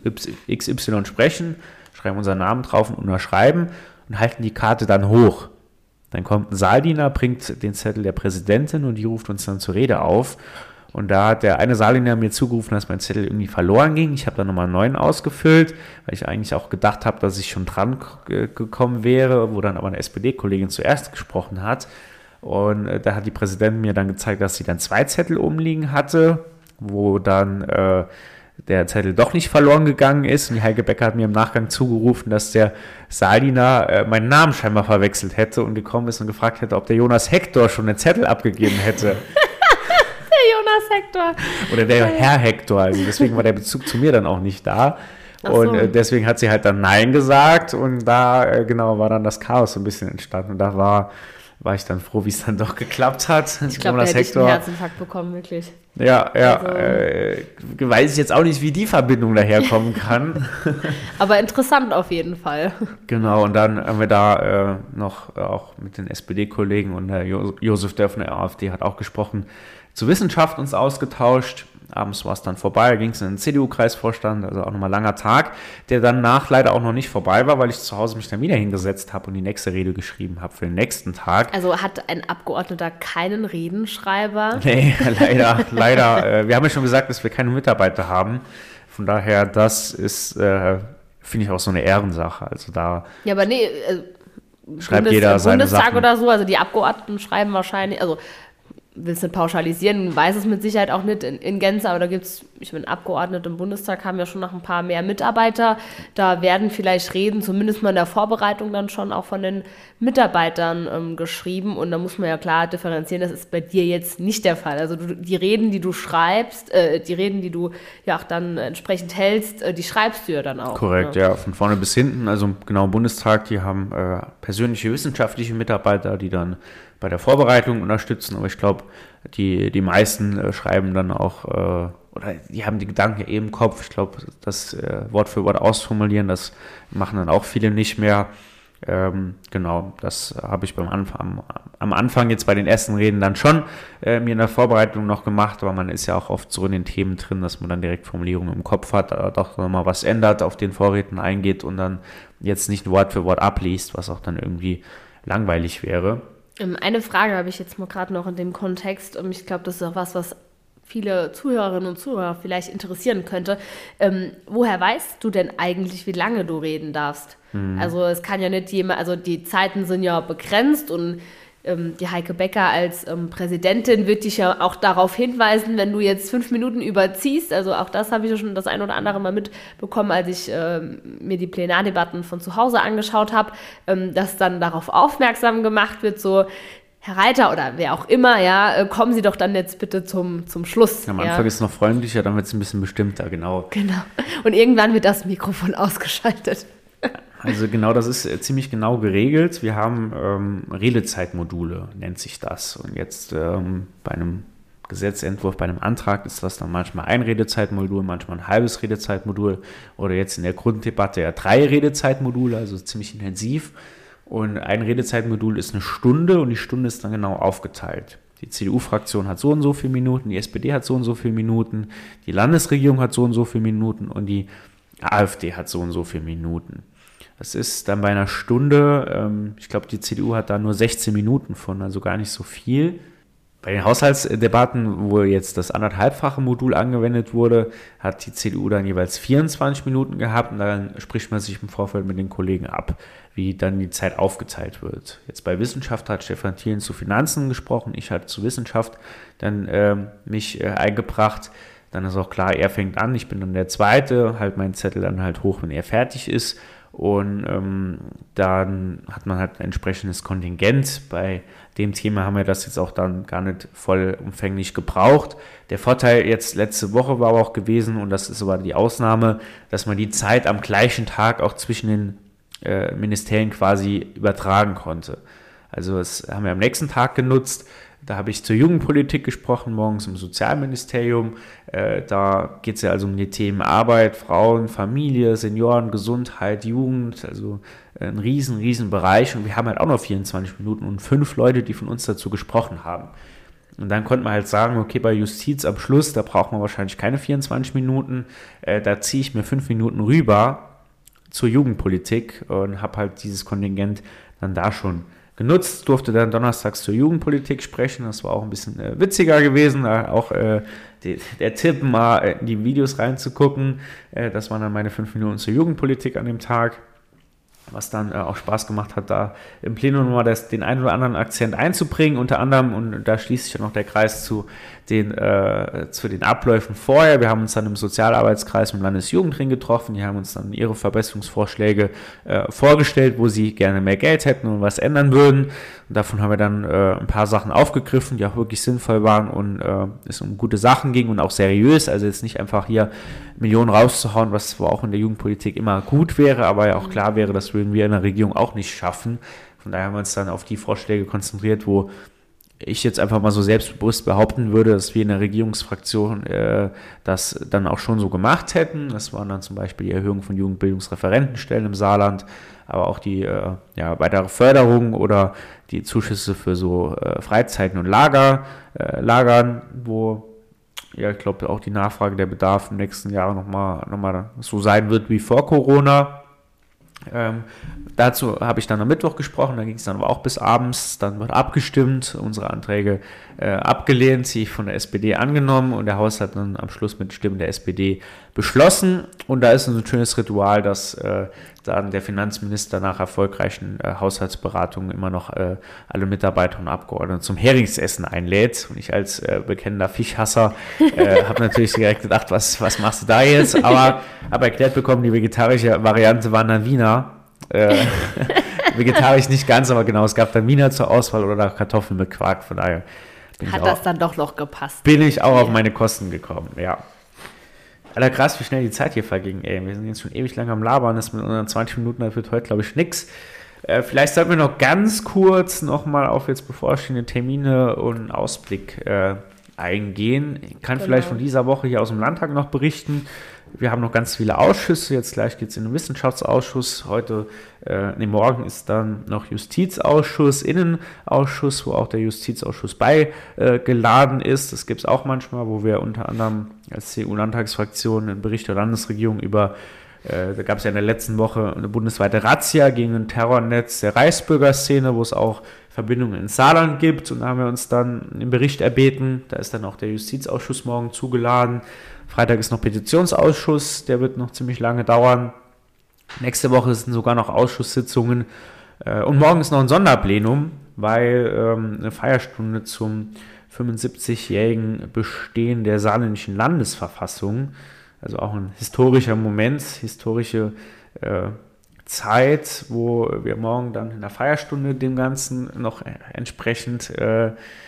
X Y sprechen, schreiben unseren Namen drauf und unterschreiben und halten die Karte dann hoch. Dann kommt ein Saaldiener, bringt den Zettel der Präsidentin und die ruft uns dann zur Rede auf. Und da hat der eine Saaldiener mir zugerufen, dass mein Zettel irgendwie verloren ging. Ich habe dann nochmal einen neuen ausgefüllt, weil ich eigentlich auch gedacht habe, dass ich schon dran g- gekommen wäre, wo dann aber eine S P D-Kollegin zuerst gesprochen hat. Und äh, da hat die Präsidentin mir dann gezeigt, dass sie dann zwei Zettel umliegen hatte, wo dann äh, der Zettel doch nicht verloren gegangen ist. Und die Heike Becker hat mir im Nachgang zugerufen, dass der Saaldiener äh, meinen Namen scheinbar verwechselt hätte und gekommen ist und gefragt hätte, ob der Jonas Hector schon einen Zettel abgegeben hätte. Jonas Hector. Oder der Herr Hector, also deswegen war der Bezug zu mir dann auch nicht da. Ach so. Und äh, deswegen hat sie halt dann Nein gesagt und da, äh, genau, war dann das Chaos so ein bisschen entstanden. Und da war, war ich dann froh, wie es dann doch geklappt hat. Ich glaube, da hätte ich einen Herzinfarkt bekommen, wirklich. Ja, ja, Also- äh, weiß ich jetzt auch nicht, wie die Verbindung daherkommen kann. Aber interessant auf jeden Fall. Genau, und dann haben wir da äh, noch äh, auch mit den S P D-Kollegen und der jo- Josef Dörr von der AfD hat auch gesprochen, zur Wissenschaft uns ausgetauscht. Abends war es dann vorbei, ging es in den C D U-Kreisvorstand, also auch nochmal langer Tag, der danach leider auch noch nicht vorbei war, weil ich zu Hause mich dann wieder hingesetzt habe und die nächste Rede geschrieben habe für den nächsten Tag. Also hat ein Abgeordneter keinen Redenschreiber? Nee, leider, leider. Äh, wir haben ja schon gesagt, dass wir keine Mitarbeiter haben. Von daher, das ist, äh, finde ich, auch so eine Ehrensache. Also da, Ja, aber nee, äh, schreibt Bundes- jeder seine Bundestag Sachen. oder so, also die Abgeordneten schreiben wahrscheinlich, also willst nicht pauschalisieren, weiß es mit Sicherheit auch nicht in, in Gänze, aber da gibt es, ich bin Abgeordnete im Bundestag, haben ja schon noch ein paar mehr Mitarbeiter, da werden vielleicht Reden, zumindest mal in der Vorbereitung dann schon auch von den Mitarbeitern ähm, geschrieben und da muss man ja klar differenzieren, das ist bei dir jetzt nicht der Fall, also du, die Reden, die du schreibst, äh, die Reden, die du ja auch dann entsprechend hältst, äh, die schreibst du ja dann auch. Korrekt, ne? ja, von vorne bis hinten, also genau im Bundestag, die haben äh, persönliche wissenschaftliche Mitarbeiter, die dann bei der Vorbereitung unterstützen, aber ich glaube, die, die meisten äh, schreiben dann auch, äh, oder die haben die Gedanken eben im Kopf, ich glaube, das äh, Wort für Wort ausformulieren, das machen dann auch viele nicht mehr. Ähm, genau, das habe ich beim Anfang, am, am Anfang jetzt bei den ersten Reden dann schon äh, mir in der Vorbereitung noch gemacht, aber man ist ja auch oft so in den Themen drin, dass man dann direkt Formulierungen im Kopf hat, äh, doch nochmal was ändert, auf den Vorräten eingeht und dann jetzt nicht Wort für Wort abliest, was auch dann irgendwie langweilig wäre. Eine Frage habe ich jetzt mal gerade noch in dem Kontext. Ich glaube, das ist auch was, was viele Zuhörerinnen und Zuhörer vielleicht interessieren könnte. Ähm, woher weißt du denn eigentlich, wie lange du reden darfst? Mhm. Also es kann ja nicht jemand, also die Zeiten sind ja begrenzt und ähm, die Heike Becker als ähm, Präsidentin wird dich ja auch darauf hinweisen, wenn du jetzt fünf Minuten überziehst. Also auch das habe ich ja schon das ein oder andere Mal mitbekommen, als ich ähm, mir die Plenardebatten von zu Hause angeschaut habe, ähm, dass dann darauf aufmerksam gemacht wird, so Herr Reiter oder wer auch immer, ja, äh, kommen Sie doch dann jetzt bitte zum, zum Schluss. Am ja. Anfang ist es noch freundlicher, dann wird es ein bisschen bestimmter, genau. Genau. Und irgendwann wird das Mikrofon ausgeschaltet. Also genau, das ist äh, ziemlich genau geregelt. Wir haben ähm, Redezeitmodule, nennt sich das. Und jetzt ähm, bei einem Gesetzentwurf, bei einem Antrag ist das dann manchmal ein Redezeitmodul, manchmal ein halbes Redezeitmodul oder jetzt in der Grunddebatte ja drei Redezeitmodule, also ziemlich intensiv. Und ein Redezeitmodul ist eine Stunde und die Stunde ist dann genau aufgeteilt. Die C D U-Fraktion hat so und so viele Minuten, die S P D hat so und so viele Minuten, die Landesregierung hat so und so viele Minuten und die AfD hat so und so viele Minuten. Das ist dann bei einer Stunde, ähm, ich glaube, die C D U hat da nur sechzehn Minuten von, also gar nicht so viel. Bei den Haushaltsdebatten, wo jetzt das anderthalbfache Modul angewendet wurde, hat die C D U dann jeweils vierundzwanzig Minuten gehabt und dann spricht man sich im Vorfeld mit den Kollegen ab, wie dann die Zeit aufgeteilt wird. Jetzt bei Wissenschaft hat Stefan Thielen zu Finanzen gesprochen, ich hatte zu Wissenschaft dann äh, mich äh, eingebracht. Dann ist auch klar, er fängt an, ich bin dann der Zweite, halt meinen Zettel dann halt hoch, wenn er fertig ist. Und ähm, dann hat man halt ein entsprechendes Kontingent. Bei dem Thema haben wir das jetzt auch dann gar nicht vollumfänglich gebraucht. Der Vorteil jetzt letzte Woche war aber auch gewesen, und das ist aber die Ausnahme, dass man die Zeit am gleichen Tag auch zwischen den äh, Ministerien quasi übertragen konnte. Also das haben wir am nächsten Tag genutzt. Da habe ich zur Jugendpolitik gesprochen, morgens im Sozialministerium. Äh, da geht es ja also um die Themen Arbeit, Frauen, Familie, Senioren, Gesundheit, Jugend, also äh, ein riesen, riesen Bereich. Und wir haben halt auch noch vierundzwanzig Minuten und fünf Leute, die von uns dazu gesprochen haben. Und dann konnte man halt sagen, okay, bei Justiz am Schluss, da braucht man wahrscheinlich keine vierundzwanzig Minuten. Äh, da ziehe ich mir fünf Minuten rüber zur Jugendpolitik und habe halt dieses Kontingent dann da schon genutzt, durfte dann donnerstags zur Jugendpolitik sprechen. Das war auch ein bisschen äh, witziger gewesen, äh, auch äh, die, der Tipp, mal äh, in die Videos reinzugucken. Äh, das waren dann meine fünf Minuten zur Jugendpolitik an dem Tag, was dann äh, auch Spaß gemacht hat, da im Plenum mal das, den einen oder anderen Akzent einzubringen, unter anderem, und da schließt sich dann noch der Kreis zu den, äh, zu den Abläufen vorher. Wir haben uns dann im Sozialarbeitskreis im Landesjugendring getroffen, die haben uns dann ihre Verbesserungsvorschläge äh, vorgestellt, wo sie gerne mehr Geld hätten und was ändern würden. Und davon haben wir dann äh, ein paar Sachen aufgegriffen, die auch wirklich sinnvoll waren und äh, es um gute Sachen ging und auch seriös, also jetzt nicht einfach hier Millionen rauszuhauen, was auch in der Jugendpolitik immer gut wäre, aber ja auch klar wäre, das würden wir in der Regierung auch nicht schaffen. Von daher haben wir uns dann auf die Vorschläge konzentriert, wo ich jetzt einfach mal so selbstbewusst behaupten würde, dass wir in der Regierungsfraktion äh, das dann auch schon so gemacht hätten. Das waren dann zum Beispiel die Erhöhung von Jugendbildungsreferentenstellen im Saarland, aber auch die äh, ja, weitere Förderung oder die Zuschüsse für so äh, Freizeiten und Lager, äh, Lagern, wo ja, ich glaube auch die Nachfrage, der Bedarf im nächsten Jahr nochmal noch mal so sein wird wie vor Corona. Ähm, dazu habe ich dann am Mittwoch gesprochen, da ging es dann aber auch bis abends, dann wird abgestimmt, unsere Anträge äh, abgelehnt, sie von der S P D angenommen und der Haushalt dann am Schluss mit Stimmen der S P D beschlossen. Und da ist ein schönes Ritual, dass äh, dann der Finanzminister nach erfolgreichen äh, Haushaltsberatungen immer noch äh, alle Mitarbeiter und Abgeordnete zum Heringsessen einlädt. Und ich als äh, bekennender Fischhasser äh, habe natürlich direkt gedacht, was, was machst du da jetzt? Aber habe erklärt bekommen, die vegetarische Variante waren dann Wiener. Äh, vegetarisch nicht ganz, aber genau, es gab dann Wiener zur Auswahl oder Kartoffeln mit Quark. Von daher bin Hat ich das auch, dann doch noch gepasst. bin ich auch Ja. auf meine Kosten gekommen, ja. Alter, krass, wie schnell die Zeit hier verging, ey. Wir sind jetzt schon ewig lang am Labern, das mit unseren zwanzig Minuten, das wird heute, glaube ich, nix. Äh, vielleicht sollten wir noch ganz kurz nochmal auf jetzt bevorstehende Termine und Ausblick äh, eingehen. Ich kann Genau. vielleicht von dieser Woche hier aus dem Landtag noch berichten. Wir haben noch ganz viele Ausschüsse. Jetzt gleich geht es in den Wissenschaftsausschuss. Heute, äh, nee, morgen ist dann noch Justizausschuss, Innenausschuss, wo auch der Justizausschuss beigeladen äh, ist. Das gibt es auch manchmal, wo wir unter anderem als C D U-Landtagsfraktion einen Bericht der Landesregierung über, äh, da gab es ja in der letzten Woche eine bundesweite Razzia gegen ein Terrornetz der Reichsbürgerszene, wo es auch Verbindungen ins Saarland gibt. Und da haben wir uns dann einen Bericht erbeten. Da ist dann auch der Justizausschuss morgen zugeladen. Freitag ist noch Petitionsausschuss, der wird noch ziemlich lange dauern. Nächste Woche sind sogar noch Ausschusssitzungen. Und morgen ist noch ein Sonderplenum, weil ähm, eine Feierstunde zum fünfundsiebzigjährigen Bestehen der saarländischen Landesverfassung, also auch ein historischer Moment, historische äh, Zeit, wo wir morgen dann in der Feierstunde dem Ganzen noch entsprechend äh,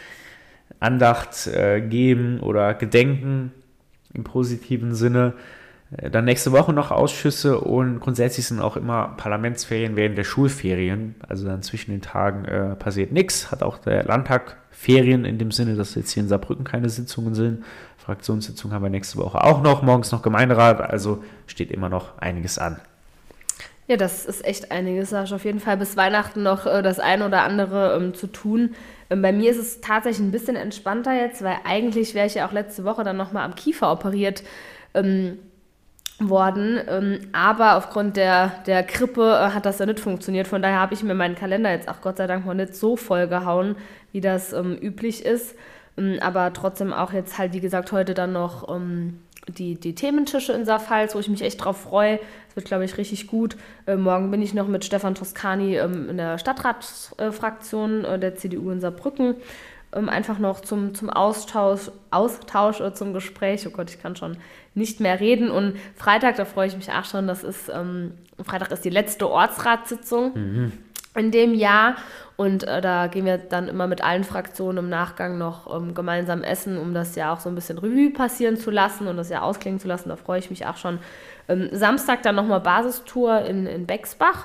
Andacht äh, geben oder gedenken im positiven Sinne. Dann nächste Woche noch Ausschüsse und grundsätzlich sind auch immer Parlamentsferien während der Schulferien. Also dann zwischen den Tagen äh, passiert nichts. Hat auch der Landtag Ferien in dem Sinne, dass jetzt hier in Saarbrücken keine Sitzungen sind. Fraktionssitzungen haben wir nächste Woche auch noch. Morgens noch Gemeinderat. Also steht immer noch einiges an. Ja, das ist echt einiges. Da ist auf jeden Fall bis Weihnachten noch äh, das eine oder andere ähm, zu tun. Ähm, bei mir ist es tatsächlich ein bisschen entspannter jetzt, weil eigentlich wäre ich ja auch letzte Woche dann nochmal am Kiefer operiert ähm, worden. Ähm, aber aufgrund der, der Grippe äh, hat das ja nicht funktioniert. Von daher habe ich mir meinen Kalender jetzt auch Gott sei Dank mal nicht so voll gehauen, wie das ähm, üblich ist. Ähm, aber trotzdem auch jetzt halt, wie gesagt, heute dann noch Ähm, Die, die Thementische in Saarpfalz, wo ich mich echt drauf freue. Das wird, glaube ich, richtig gut. Äh, morgen bin ich noch mit Stefan Toscani ähm, in der Stadtratsfraktion äh, der C D U in Saarbrücken. Ähm, einfach noch zum, zum Austausch, Austausch oder zum Gespräch. Oh Gott, ich kann schon nicht mehr reden. Und Freitag, da freue ich mich auch schon, das ist, ähm, Freitag ist die letzte Ortsratssitzung. Mhm. In dem Jahr und äh, da gehen wir dann immer mit allen Fraktionen im Nachgang noch ähm, gemeinsam essen, um das Jahr auch so ein bisschen Revue passieren zu lassen und das Jahr ausklingen zu lassen. Da freue ich mich auch schon. Ähm, Samstag dann nochmal Basistour in, in Bexbach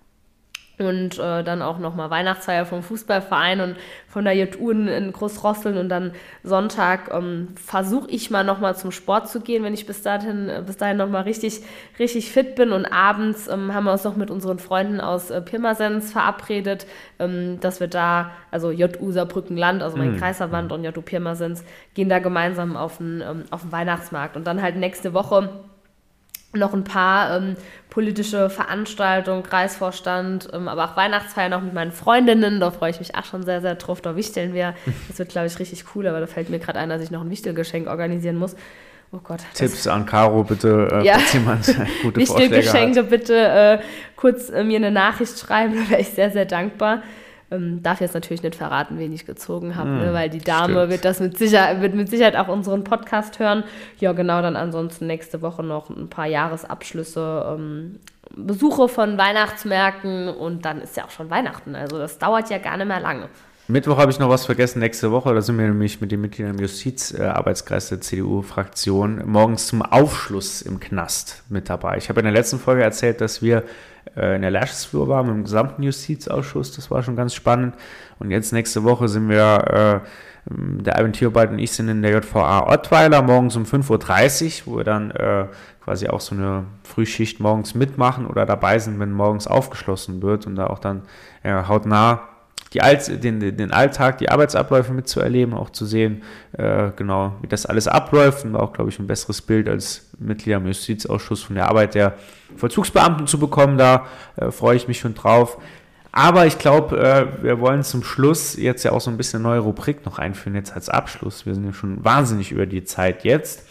und äh, dann auch nochmal Weihnachtsfeier vom Fußballverein und von der J U in, in Großrosseln und dann Sonntag ähm, versuche ich mal nochmal zum Sport zu gehen, wenn ich bis dahin, bis dahin nochmal richtig, richtig fit bin und abends ähm, haben wir uns noch mit unseren Freunden aus äh, Pirmasens verabredet, ähm, dass wir da, also J U Saarbrückenland, also mein mhm. Kreisverband und J U Pirmasens, gehen da gemeinsam auf den, ähm, auf den Weihnachtsmarkt und dann halt nächste Woche noch ein paar ähm, politische Veranstaltungen, Kreisvorstand, ähm, aber auch Weihnachtsfeier noch mit meinen Freundinnen. Da freue ich mich auch schon sehr, sehr drauf. Da wichteln wir. Das wird, glaube ich, richtig cool. Aber da fällt mir gerade ein, dass ich noch ein Wichtelgeschenk organisieren muss. Oh Gott. Tipps an Caro, bitte, äh, ja. falls jemand gute Vorschläge hat. Wichtelgeschenke bitte äh, kurz äh, mir eine Nachricht schreiben. Da wäre ich sehr, sehr dankbar. Ähm, darf jetzt natürlich nicht verraten, wen ich gezogen habe, mm, ne, weil die Dame stimmt. wird das mit Sicherheit, wird mit Sicherheit auch unseren Podcast hören. Ja, genau, dann ansonsten nächste Woche noch ein paar Jahresabschlüsse, ähm, Besuche von Weihnachtsmärkten und dann ist ja auch schon Weihnachten. Also das dauert ja gar nicht mehr lange. Mittwoch habe ich noch was vergessen, nächste Woche, da sind wir nämlich mit den Mitgliedern im Justizarbeitskreis der C D U-Fraktion morgens zum Aufschluss im Knast mit dabei. Ich habe in der letzten Folge erzählt, dass wir äh, in der Lerchesflur waren mit dem gesamten Justizausschuss, das war schon ganz spannend. Und jetzt nächste Woche sind wir, äh, der Alvin Theobald und ich sind in der J V A Ottweiler morgens um fünf Uhr dreißig, wo wir dann äh, quasi auch so eine Frühschicht morgens mitmachen oder dabei sind, wenn morgens aufgeschlossen wird und da auch dann äh, hautnah Die Alt, den, den Alltag, die Arbeitsabläufe mitzuerleben, auch zu sehen, äh, genau, wie das alles abläuft. Und war auch, glaube ich, ein besseres Bild als Mitglied im Justizausschuss von der Arbeit der Vollzugsbeamten zu bekommen. Da äh, freue ich mich schon drauf. Aber ich glaube, äh, wir wollen zum Schluss jetzt ja auch so ein bisschen eine neue Rubrik noch einführen, jetzt als Abschluss. Wir sind ja schon wahnsinnig über die Zeit jetzt.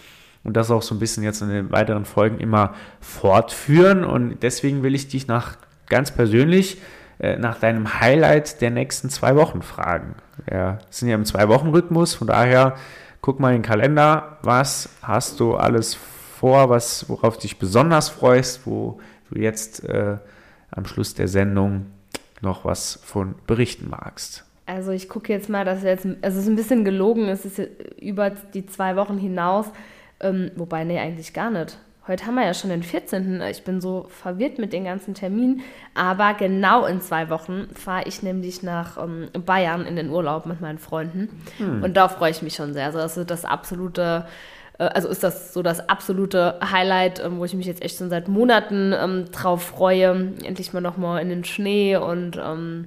und das auch so ein bisschen jetzt in den weiteren Folgen immer fortführen. Und deswegen will ich dich nach ganz persönlich äh, nach deinem Highlight der nächsten zwei Wochen fragen. Wir sind ja im Zwei-Wochen-Rhythmus, von daher guck mal in den Kalender, was hast du alles vor, was, worauf du dich besonders freust, wo du jetzt äh, am Schluss der Sendung noch was von berichten magst. Also ich gucke jetzt mal, dass wir jetzt, also es ist ein bisschen gelogen, es ist über die zwei Wochen hinaus, ähm, wobei, nee, eigentlich gar nicht. Heute haben wir ja schon den vierzehnten Ich bin so verwirrt mit den ganzen Terminen, aber genau in zwei Wochen fahre ich nämlich nach ähm, Bayern in den Urlaub mit meinen Freunden hm. und da freue ich mich schon sehr. Also das ist das absolute, äh, also ist das so das absolute Highlight, ähm, wo ich mich jetzt echt schon seit Monaten ähm, drauf freue, endlich mal nochmal in den Schnee und ähm,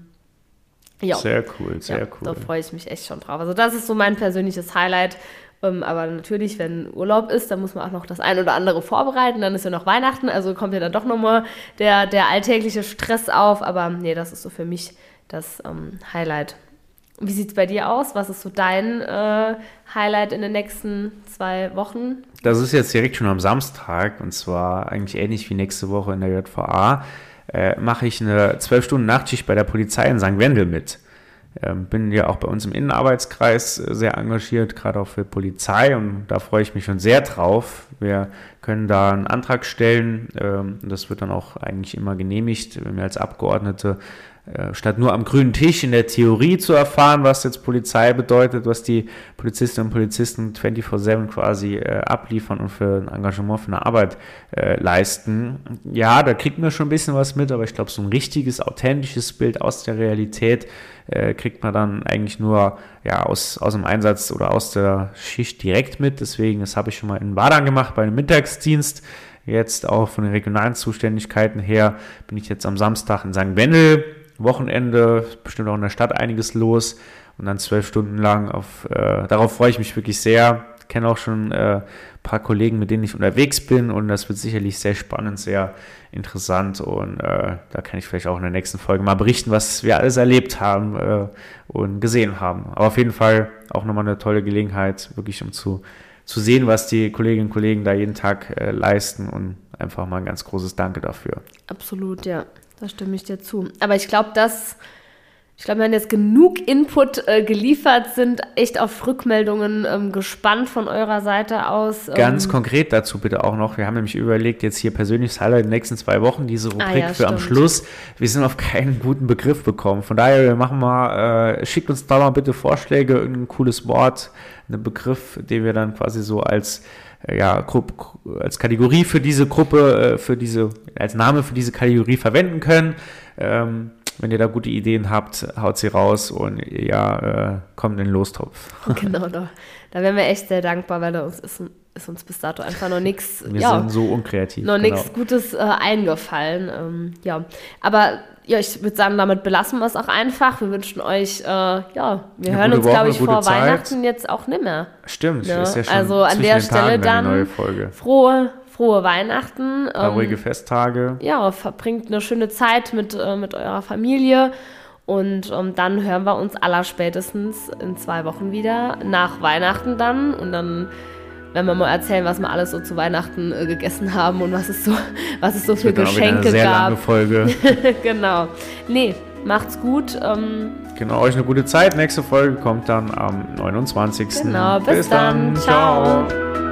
ja. Sehr cool, sehr ja, cool. Da freue ich mich echt schon drauf. Also das ist so mein persönliches Highlight. Ähm, aber natürlich, wenn Urlaub ist, dann muss man auch noch das ein oder andere vorbereiten. Dann ist ja noch Weihnachten, also kommt ja dann doch nochmal der, der alltägliche Stress auf. Aber nee, das ist so für mich das ähm, Highlight. Wie sieht es bei dir aus? Was ist so dein äh, Highlight in den nächsten zwei Wochen? Das ist jetzt direkt schon am Samstag und zwar eigentlich ähnlich wie nächste Woche in der J V A. Äh, mache ich eine zwölf Stunden Nachtschicht bei der Polizei in Sankt Wendel mit. Ähm, bin ja auch bei uns im Innenarbeitskreis äh, sehr engagiert, gerade auch für Polizei und da freue ich mich schon sehr drauf. Wir können da einen Antrag stellen ähm, und das wird dann auch eigentlich immer genehmigt, wenn wir als Abgeordnete äh, statt nur am grünen Tisch in der Theorie zu erfahren, was jetzt Polizei bedeutet, was die Polizistinnen und Polizisten vierundzwanzig sieben quasi äh, abliefern und für ein Engagement, für eine Arbeit äh, leisten. Ja, da kriegt man schon ein bisschen was mit, aber ich glaube, so ein richtiges, authentisches Bild aus der Realität äh, kriegt man dann eigentlich nur ja, aus, aus dem Einsatz oder aus der Schicht direkt mit. Deswegen, das habe ich schon mal in Wadern gemacht bei einem Mittagsdienst. Jetzt auch von den regionalen Zuständigkeiten her bin ich jetzt am Samstag in Sankt Wendel. Wochenende, bestimmt auch in der Stadt einiges los und dann zwölf Stunden lang auf, äh, darauf freue ich mich wirklich sehr. Ich kenne auch schon äh, ein paar Kollegen, mit denen ich unterwegs bin und das wird sicherlich sehr spannend, sehr interessant und äh, da kann ich vielleicht auch in der nächsten Folge mal berichten, was wir alles erlebt haben äh, und gesehen haben. Aber auf jeden Fall auch nochmal eine tolle Gelegenheit, wirklich um zu, zu sehen, was die Kolleginnen und Kollegen da jeden Tag äh, leisten und einfach mal ein ganz großes Danke dafür. Absolut, ja. Da stimme ich dir zu. Aber ich glaube, dass, ich glaube, wenn jetzt genug Input äh, geliefert sind, echt auf Rückmeldungen ähm, gespannt von eurer Seite aus. Ähm, Ganz konkret dazu bitte auch noch, wir haben nämlich überlegt, jetzt hier persönliches Highlight in den nächsten zwei Wochen, diese Rubrik ah, ja, für stimmt. am Schluss. Wir sind auf keinen guten Begriff bekommen. Von daher, wir machen mal, äh, schickt uns da mal bitte Vorschläge, irgendein cooles Wort, einen Begriff, den wir dann quasi so als ja, als Kategorie für diese Gruppe, für diese, als Name für diese Kategorie verwenden können. Ähm, wenn ihr da gute Ideen habt, haut sie raus und ja, äh, kommt in den Lostopf. Genau, da, da wären wir echt sehr dankbar, weil da uns ist, ist uns bis dato einfach noch nichts, wir ja, sind so unkreativ. Noch genau. nichts Gutes äh, eingefallen. Ähm, ja, aber ja, ich würde sagen, damit belassen wir es auch einfach. Wir wünschen euch, äh, ja, wir eine hören uns, Woche, glaube ich, vor Zeit. Weihnachten jetzt auch nicht mehr. Stimmt, ja, ist ja schon also an der Stelle dann eine neue Folge. Frohe, frohe Weihnachten. Ähm, ruhige ähm, Festtage. Ja, verbringt eine schöne Zeit mit, äh, mit eurer Familie. Und ähm, dann hören wir uns allerspätestens in zwei Wochen wieder, nach Weihnachten dann. Und dann werden wir mal erzählen, was wir alles so zu Weihnachten äh, gegessen haben und was es so, was es so für Geschenke eine sehr gab. Lange Folge. Genau. Nee, macht's gut. Ähm, genau, euch eine gute Zeit. Nächste Folge kommt dann am neunundzwanzigsten Genau, bis, bis dann. dann. Ciao. Ciao.